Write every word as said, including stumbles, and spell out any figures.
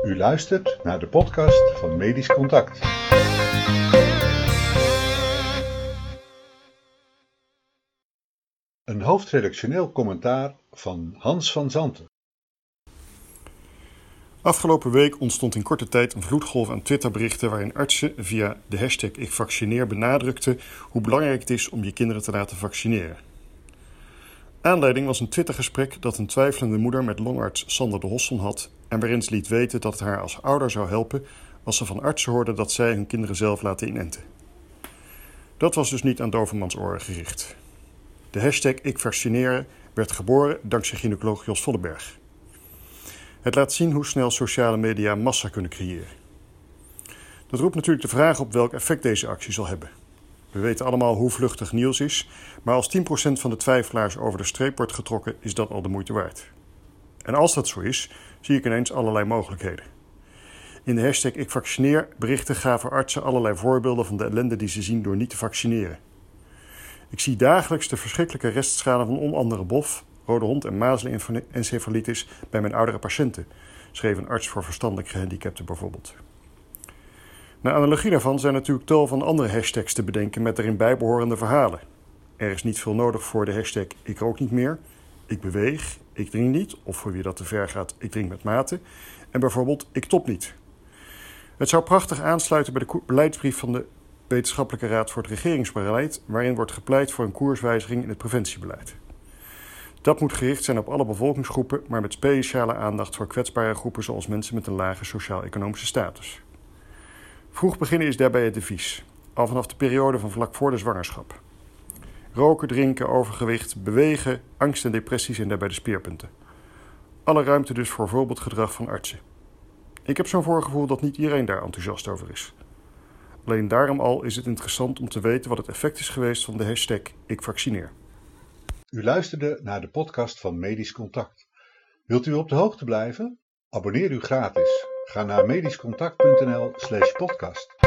U luistert naar de podcast van Medisch Contact. Een hoofdredactioneel commentaar van Hans van Zanten. Afgelopen week ontstond in korte tijd een vloedgolf aan Twitterberichten waarin artsen via de hashtag ik vaccineer benadrukten hoe belangrijk het is om je kinderen te laten vaccineren. Aanleiding was een Twittergesprek dat een twijfelende moeder met longarts Sander de Hosson had en waarin ze liet weten dat het haar als ouder zou helpen als ze van artsen hoorde dat zij hun kinderen zelf laten inenten. Dat was dus niet aan dovermans oren gericht. De hashtag ik vaccineren werd geboren dankzij gynaecoloog Jos Vollenberg. Het laat zien hoe snel sociale media massa kunnen creëren. Dat roept natuurlijk de vraag op welk effect deze actie zal hebben. We weten allemaal hoe vluchtig nieuws is, maar als tien procent van de twijfelaars over de streep wordt getrokken, is dat al de moeite waard. En als dat zo is, zie ik ineens allerlei mogelijkheden. In de hashtag ik vaccineer berichten gaven artsen allerlei voorbeelden van de ellende die ze zien door niet te vaccineren. Ik zie dagelijks de verschrikkelijke restschade van onder andere bof, rode hond en mazelenencefalitis bij mijn oudere patiënten, schreef een arts voor verstandelijk gehandicapten bijvoorbeeld. Naar analogie daarvan zijn natuurlijk tal van andere hashtags te bedenken met daarin bijbehorende verhalen. Er is niet veel nodig voor de hashtag ik rook niet meer, ik beweeg, ik drink niet, of voor wie dat te ver gaat, ik drink met mate, en bijvoorbeeld ik top niet. Het zou prachtig aansluiten bij de beleidsbrief van de Wetenschappelijke Raad voor het Regeringsbeleid, waarin wordt gepleit voor een koerswijziging in het preventiebeleid. Dat moet gericht zijn op alle bevolkingsgroepen, maar met speciale aandacht voor kwetsbare groepen zoals mensen met een lage sociaal-economische status. Vroeg beginnen is daarbij het devies, al vanaf de periode van vlak voor de zwangerschap. Roken, drinken, overgewicht, bewegen, angst en depressie zijn daarbij de speerpunten. Alle ruimte dus voor voorbeeldgedrag van artsen. Ik heb zo'n voorgevoel dat niet iedereen daar enthousiast over is. Alleen daarom al is het interessant om te weten wat het effect is geweest van de hashtag ik vaccineer. U luisterde naar de podcast van Medisch Contact. Wilt u op de hoogte blijven? Abonneer u gratis. Ga naar medischcontact punt n l slash podcast.